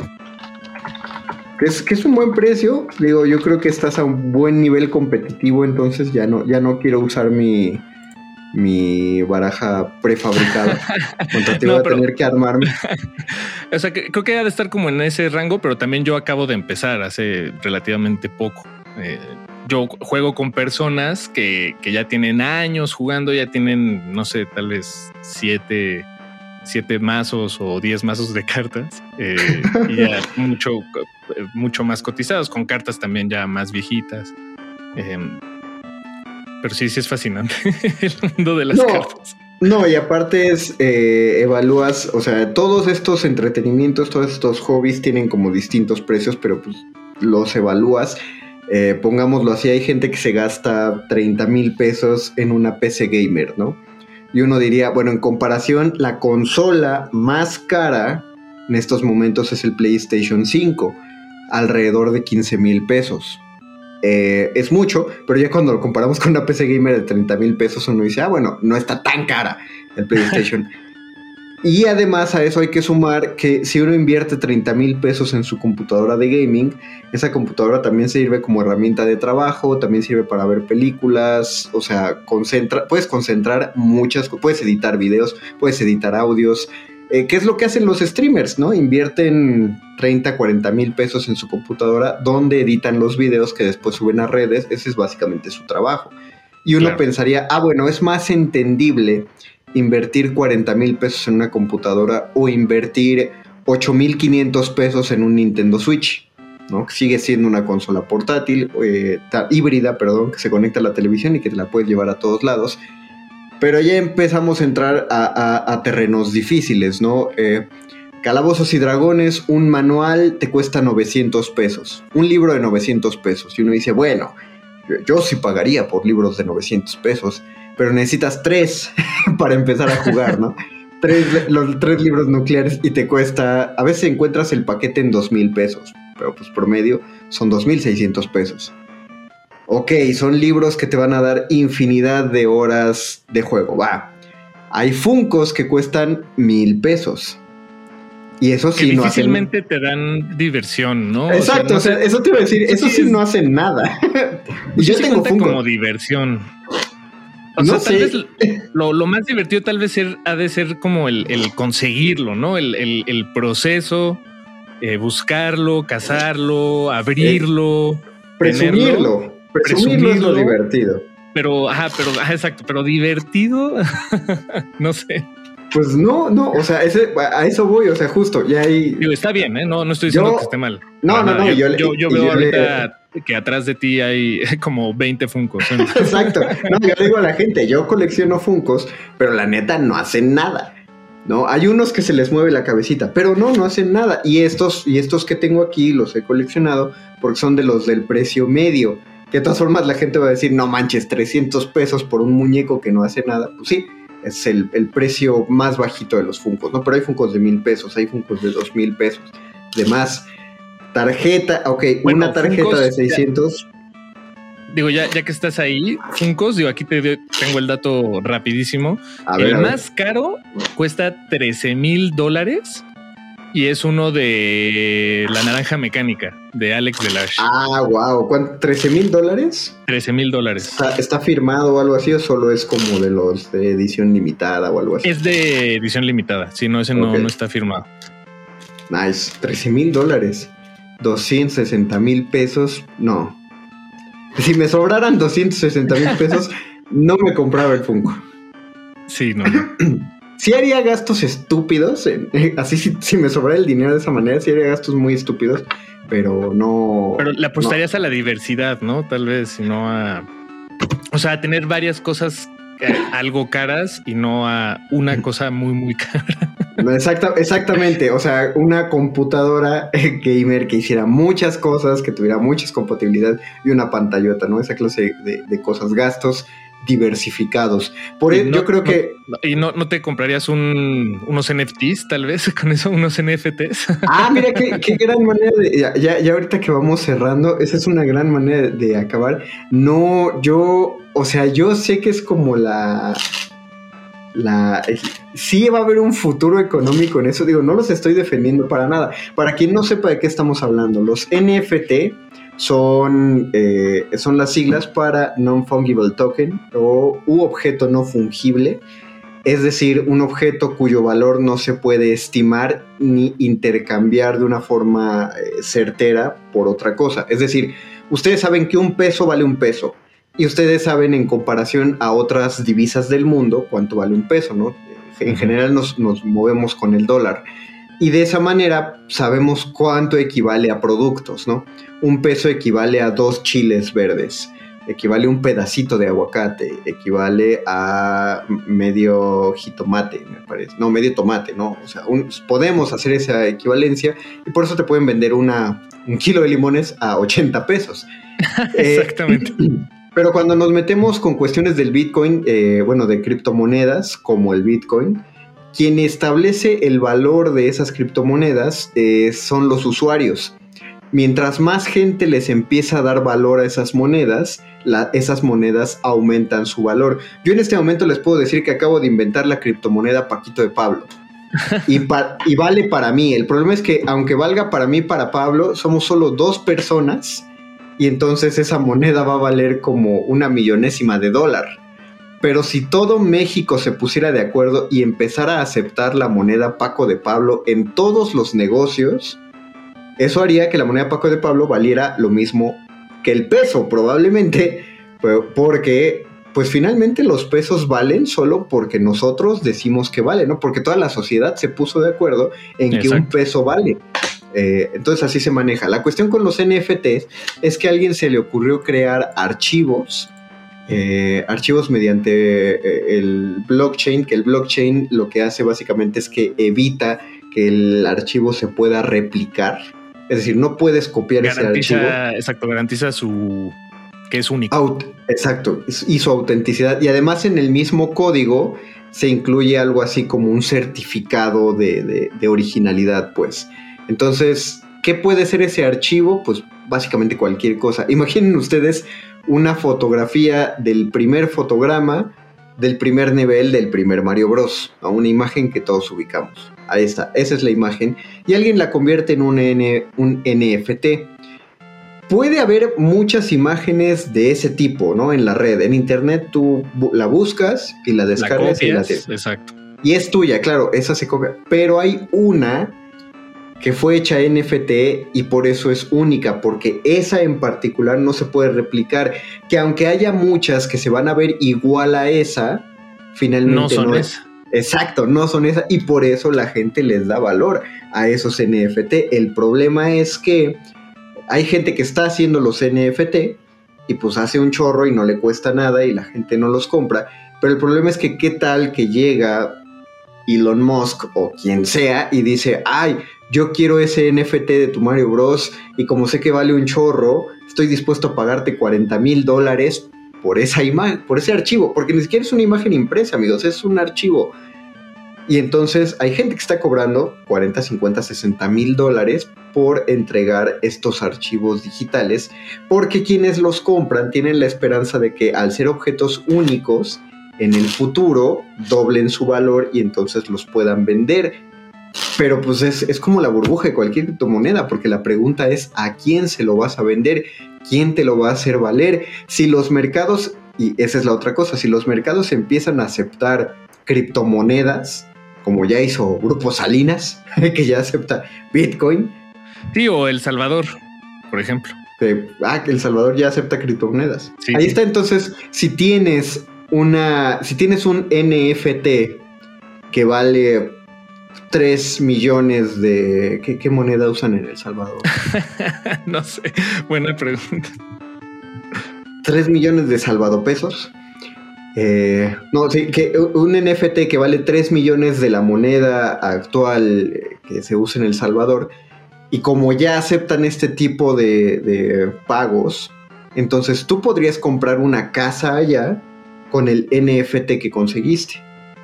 Que es un buen precio. Digo, yo creo que estás a un buen nivel competitivo, entonces ya no quiero usar mi baraja prefabricada. Voy a tener que armarme. O sea, creo que ha de estar como en ese rango, pero también yo acabo de empezar hace relativamente poco. Yo juego con personas que ya tienen años jugando, ya tienen, no sé, tal vez 7 mazos o 10 mazos de cartas, y ya mucho más cotizados, con cartas también ya más viejitas. Pero sí es fascinante el mundo de las cartas. No, y aparte evalúas, o sea, todos estos entretenimientos, todos estos hobbies tienen como distintos precios, pero pues los evalúas. Pongámoslo así, hay gente que se gasta $30,000 en una PC gamer, ¿no? Y uno diría, bueno, en comparación, la consola más cara en estos momentos es el PlayStation 5, alrededor de $15,000. Es mucho, pero ya cuando lo comparamos con una PC gamer de $30,000, uno dice, bueno, no está tan cara el PlayStation. Y además a eso hay que sumar que si uno invierte $30,000 en su computadora de gaming, esa computadora también sirve como herramienta de trabajo, también sirve para ver películas, o sea, puedes concentrar muchas, puedes editar videos, puedes editar audios, ¿Qué es lo que hacen los streamers, no? Invierten 30, 40 mil pesos en su computadora donde editan los videos que después suben a redes. Ese es básicamente su trabajo. Y uno pensaría, bueno, es más entendible invertir 40 mil pesos en una computadora o invertir 8,500 pesos en un Nintendo Switch, ¿no? Sigue siendo una consola portátil, híbrida, que se conecta a la televisión y que te la puedes llevar a todos lados. Pero ya empezamos a entrar a terrenos difíciles, ¿no? Calabozos y Dragones, un manual te cuesta 900 pesos. Un libro de 900 pesos. Y uno dice, bueno, yo sí pagaría por libros de 900 pesos, pero necesitas 3 para empezar a jugar, ¿no? Los 3 libros nucleares y te cuesta... A veces encuentras el paquete en 2,000 pesos, pero pues promedio son 2,600 pesos. Ok, son libros que te van a dar infinidad de horas de juego, va. Hay Funkos que cuestan 1,000 pesos. Y eso sí que no difícilmente te dan diversión, ¿no? Exacto, eso te iba a decir, eso sí no hacen nada. Yo tengo Funko como diversión. Tal vez lo más divertido tal vez ha de ser como el conseguirlo, ¿no? El proceso, buscarlo, cazarlo, abrirlo, presumirlo es lo divertido. Pero exacto, pero divertido, no sé. Pues no, o sea, a eso voy, o sea, justo, ya hay... Digo, está bien, ¿eh? No estoy diciendo que esté mal. No, yo veo ahorita que atrás de ti hay como 20 Funkos. Exacto. No, yo le digo a la gente, yo colecciono Funkos, pero la neta no hacen nada, ¿no? Hay unos que se les mueve la cabecita, pero no hacen nada. Y estos que tengo aquí los he coleccionado porque son de los del precio medio. Que de todas formas la gente va a decir, no manches, 300 pesos por un muñeco que no hace nada. Pues sí, es el precio más bajito de los Funkos, ¿no? Pero hay Funkos de 1,000 pesos, hay Funkos de 2,000 pesos. Además, tarjeta, bueno, una tarjeta Funkos, de 600. Digo, ya que estás ahí, Funkos, aquí tengo el dato rapidísimo. El más caro cuesta $13,000 y es uno de La Naranja Mecánica de Alex Delage. Wow. ¿$13,000? $13,000. ¿Está firmado o algo así o solo es como de los de edición limitada o algo así? Es de edición limitada. Sí, no, ese no está firmado. Nice. $13,000. 260,000 pesos. No. Si me sobraran 260,000 pesos, no me compraba el Funko. Sí, no. Sí haría gastos estúpidos. Así, si me sobrara el dinero de esa manera, sí haría gastos muy estúpidos. Pero no... Pero le apostarías a la diversidad, ¿no? Tal vez, no a... O sea, a tener varias cosas algo caras y no a una cosa muy, muy cara. Exactamente. O sea, una computadora gamer que hiciera muchas cosas, que tuviera muchas compatibilidades y una pantallota, ¿no? Esa clase de cosas, gastos diversificados. Yo creo que... ¿Y no te comprarías unos NFTs, tal vez, con eso, unos NFTs? Mira, qué gran manera de... Ya ahorita que vamos cerrando, esa es una gran manera de acabar. No, yo sé que es como sí va a haber un futuro económico en eso. Digo, no los estoy defendiendo para nada. Para quien no sepa de qué estamos hablando, los NFT son las siglas para Non-Fungible Token u objeto no fungible, es decir, un objeto cuyo valor no se puede estimar ni intercambiar de una forma certera por otra cosa. Es decir, ustedes saben que un peso vale un peso y ustedes saben en comparación a otras divisas del mundo cuánto vale un peso, ¿no? En general nos movemos con el dólar. Y de esa manera sabemos cuánto equivale a productos, ¿no? Un peso equivale a 2 chiles verdes, equivale a un pedacito de aguacate, equivale a medio jitomate, me parece. No, medio tomate, ¿no? O sea, podemos hacer esa equivalencia y por eso te pueden vender un kilo de limones a 80 pesos. Exactamente. Pero cuando nos metemos con cuestiones del Bitcoin, de criptomonedas como el Bitcoin, quien establece el valor de esas criptomonedas son los usuarios. Mientras más gente les empieza a dar valor a esas monedas aumentan su valor. Yo en este momento les puedo decir que acabo de inventar la criptomoneda Paquito de Pablo. Y vale para mí. El problema es que aunque valga para mí y para Pablo, somos solo 2 personas y entonces esa moneda va a valer como $1 millonésima. pero si todo México se pusiera de acuerdo y empezara a aceptar la moneda Paco de Pablo en todos los negocios, eso haría que la moneda Paco de Pablo valiera lo mismo que el peso, probablemente, porque pues finalmente los pesos valen solo porque nosotros decimos que vale, ¿no? Porque toda la sociedad se puso de acuerdo en que un peso vale. Entonces así se maneja. La cuestión con los NFTs es que a alguien se le ocurrió crear archivos mediante el blockchain, que el blockchain lo que hace básicamente es que evita que el archivo se pueda replicar. Es decir, no puedes copiar ese archivo. Exacto, garantiza que es único. Exacto, y su autenticidad. Y además en el mismo código se incluye algo así como un certificado de originalidad, pues. Entonces, ¿qué puede ser ese archivo? Pues básicamente cualquier cosa. Imaginen ustedes una fotografía del primer fotograma del primer nivel del primer Mario Bros. A una imagen que todos ubicamos. Ahí está, esa es la imagen. Y alguien la convierte en un NFT. Puede haber muchas imágenes de ese tipo, ¿no? En la red, en internet tú la buscas y la descargas y la tienes. Exacto. Y es tuya, claro, esa se copia. Pero hay una que fue hecha NFT y por eso es única, porque esa en particular no se puede replicar. Que aunque haya muchas que se van a ver igual a esa, finalmente no son esa. Exacto, no son esa, y por eso la gente les da valor a esos NFT. El problema es que hay gente que está haciendo los NFT y pues hace un chorro y no le cuesta nada y la gente no los compra. Pero el problema es que qué tal que llega Elon Musk o quien sea y dice, ay, yo quiero ese NFT de tu Mario Bros. Y como sé que vale un chorro, estoy dispuesto a pagarte $40,000 por esa imagen, por ese archivo, porque ni siquiera es una imagen impresa, amigos, es un archivo. Y entonces hay gente que está cobrando $40, $50, $60,000 por entregar estos archivos digitales, porque quienes los compran tienen la esperanza de que al ser objetos únicos, en el futuro doblen su valor y entonces los puedan vender. Pero pues es como la burbuja de cualquier criptomoneda, porque la pregunta es ¿a quién se lo vas a vender? ¿Quién te lo va a hacer valer? Si los mercados, y esa es la otra cosa, si los mercados empiezan a aceptar criptomonedas, como ya hizo Grupo Salinas, que ya acepta Bitcoin. Sí, o El Salvador, por ejemplo. Que El Salvador ya acepta criptomonedas. Sí. Ahí está, entonces, si tienes un NFT que vale 3 millones de... ¿Qué moneda usan en El Salvador? No sé, buena pregunta. 3 millones de salvadopesos. No, sí, que un NFT que vale 3 millones de la moneda actual que se usa en El Salvador, y como ya aceptan este tipo de pagos, entonces tú podrías comprar una casa allá con el NFT que conseguiste.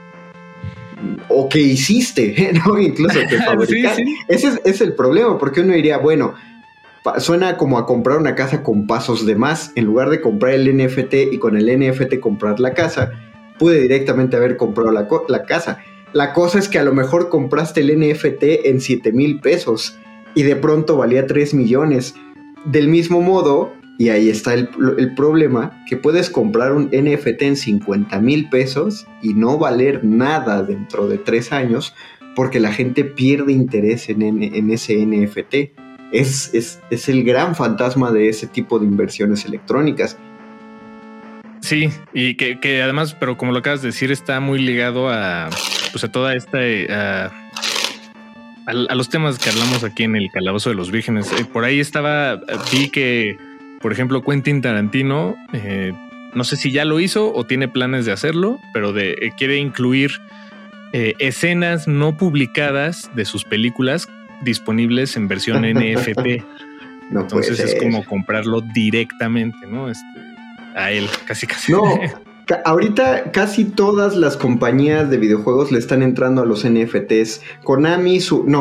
O que hiciste, ¿no? Incluso que fabricaste. Sí. Ese es el problema, porque uno diría, bueno, suena como a comprar una casa con pasos de más. En lugar de comprar el NFT y con el NFT comprar la casa, pude directamente haber comprado la casa. La cosa es que a lo mejor compraste el NFT en $7,000 y de pronto valía 3 millones. Del mismo modo, y ahí está el problema, que puedes comprar un NFT en $50,000 y no valer nada dentro de 3 años porque la gente pierde interés en ese NFT. Es el gran fantasma de ese tipo de inversiones electrónicas. Sí, y que además, pero como lo acabas de decir, está muy ligado a toda esta... a los temas que hablamos aquí en el Calabozo de los Vírgenes. Por ahí vi que, por ejemplo, Quentin Tarantino, no sé si ya lo hizo o tiene planes de hacerlo, pero quiere incluir escenas no publicadas de sus películas disponibles en versión NFT. No, entonces es como comprarlo directamente, ¿no? A él, casi. No, ahorita casi todas las compañías de videojuegos le están entrando a los NFTs. Konami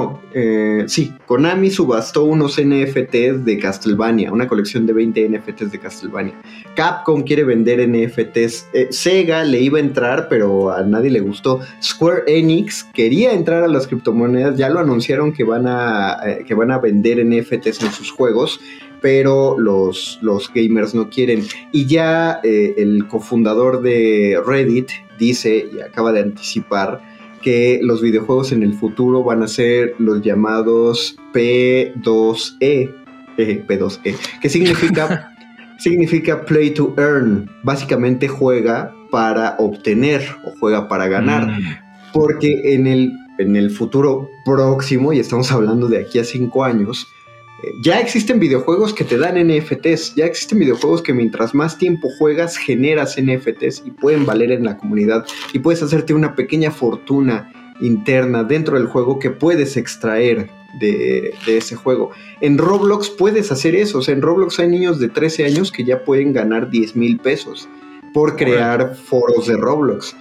subastó unos NFTs de Castlevania, una colección de 20 NFTs de Castlevania. Capcom quiere vender NFTs. Sega le iba a entrar, pero a nadie le gustó. Square Enix quería entrar a las criptomonedas. Ya lo anunciaron que van a vender NFTs en sus juegos. pero los gamers no quieren. Y ya el cofundador de Reddit dice y acaba de anticipar que los videojuegos en el futuro van a ser los llamados P2E, que significa Play to Earn. Básicamente juega para obtener o juega para ganar. Porque en el futuro próximo, y estamos hablando de aquí a 5 años, ya existen videojuegos que te dan NFTs, ya existen videojuegos que mientras más tiempo juegas generas NFTs y pueden valer en la comunidad y puedes hacerte una pequeña fortuna interna dentro del juego que puedes extraer de ese juego. En Roblox puedes hacer eso, o sea, en Roblox hay niños de 13 años que ya pueden ganar 10,000 pesos por crear foros de Roblox.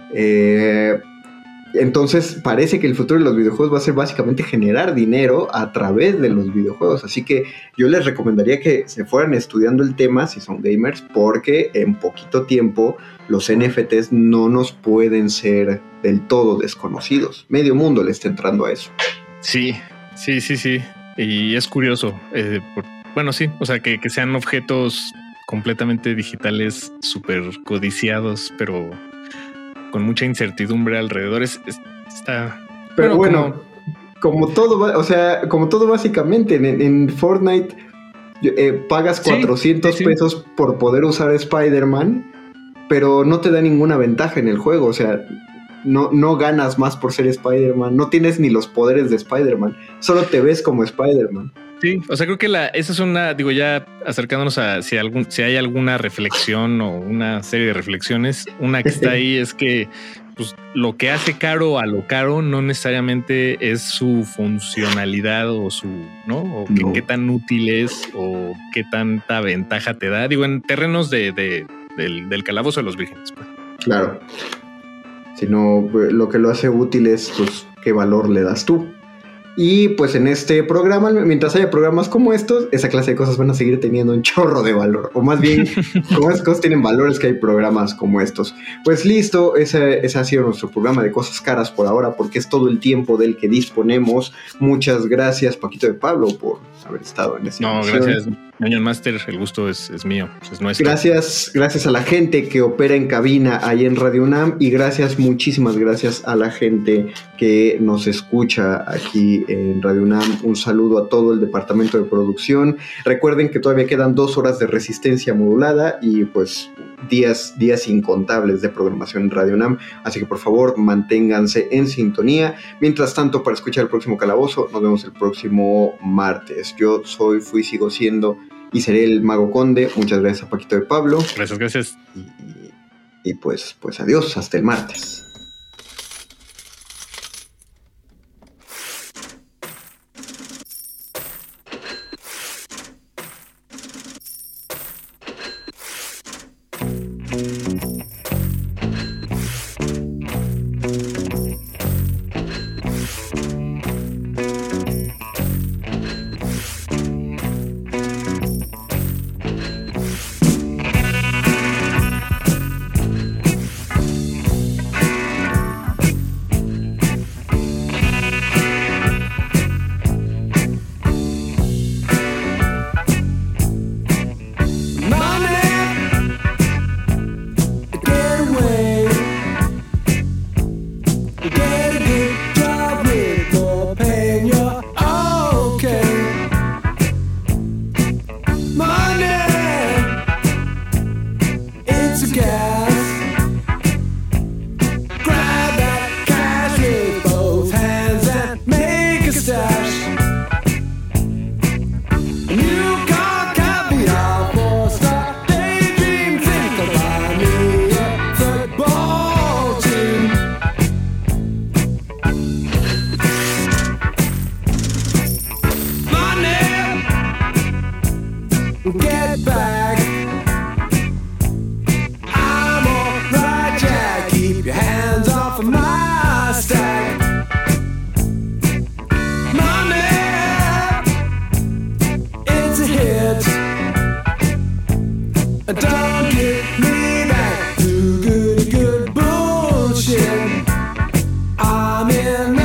Entonces parece que el futuro de los videojuegos va a ser básicamente generar dinero a través de los videojuegos, así que yo les recomendaría que se fueran estudiando el tema si son gamers, porque en poquito tiempo los NFTs no nos pueden ser del todo desconocidos. Medio mundo le está entrando a eso. Sí. Y es curioso, o sea, que sean objetos completamente digitales, súper codiciados, pero con mucha incertidumbre alrededor. Está... Pero bueno, como todo básicamente en Fortnite pagas 400 pesos por poder usar Spider-Man, pero no te da ninguna ventaja en el juego, o sea, no ganas más por ser Spider-Man, no tienes ni los poderes de Spider-Man, solo te ves como Spider-Man. Sí, o sea, creo que esa es una, ya acercándonos a si hay alguna reflexión o una serie de reflexiones, una que está ahí es que pues, lo que hace caro a lo caro no necesariamente es su funcionalidad o ¿no? O qué tan útil es o qué tanta ventaja te da. Digo, en terrenos del calabozo de los vírgenes. Pues. Claro. Sino lo que lo hace útil es pues qué valor le das tú. Y pues en este programa, mientras haya programas como estos, esa clase de cosas van a seguir teniendo un chorro de valor. O más bien, como esas cosas tienen valores que hay programas como estos. Pues listo, ese ha sido nuestro programa de cosas caras por ahora, porque es todo el tiempo del que disponemos. Muchas gracias, Paquito de Pablo, por haber estado en esta emisión. Gracias, Ñoño Master, el gusto es mío, es nuestro. Gracias a la gente que opera en cabina ahí en Radio UNAM, y muchísimas gracias a la gente que nos escucha aquí en Radio UNAM. Un saludo a todo el departamento de producción. Recuerden que todavía quedan 2 horas de resistencia modulada y pues días incontables de programación en Radio UNAM, así que por favor manténganse en sintonía. Mientras tanto, para escuchar el próximo calabozo, nos vemos el próximo martes. Yo sigo siendo y seré el Mago Conde. Muchas gracias a Paquito de Pablo. Gracias. Y pues adiós, hasta el martes.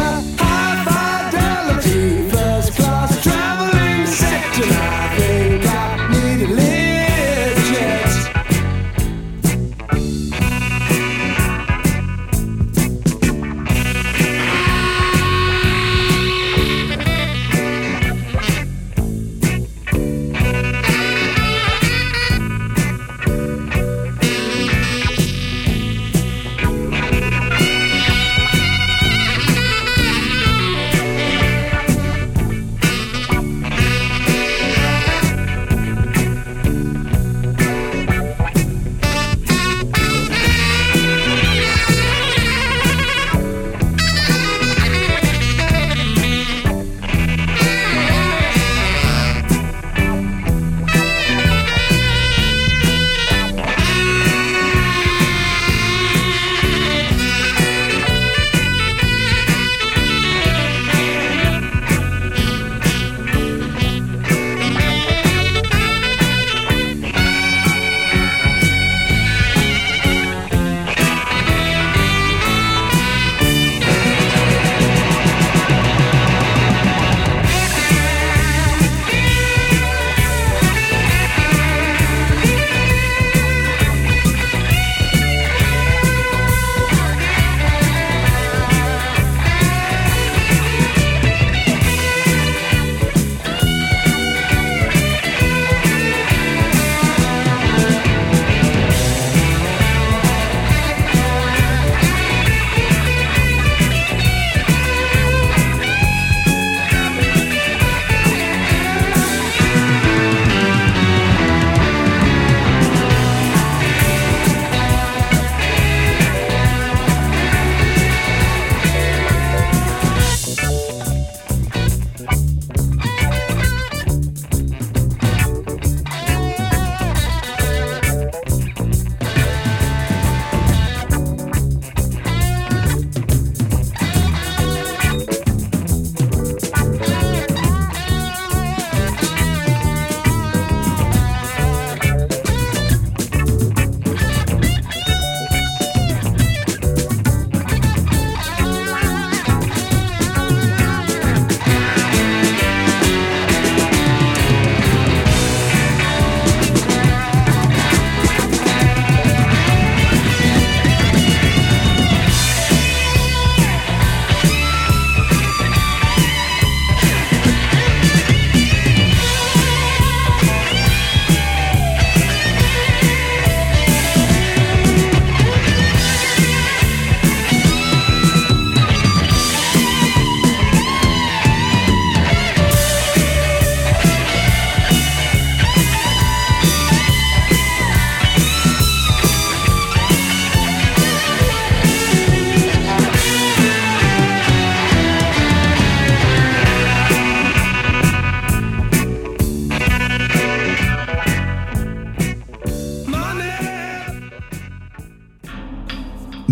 High fidelity, first class traveling sector. I think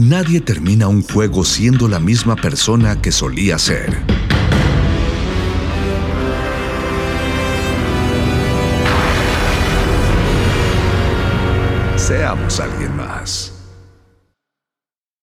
Nadie termina un juego siendo la misma persona que solía ser. Seamos alguien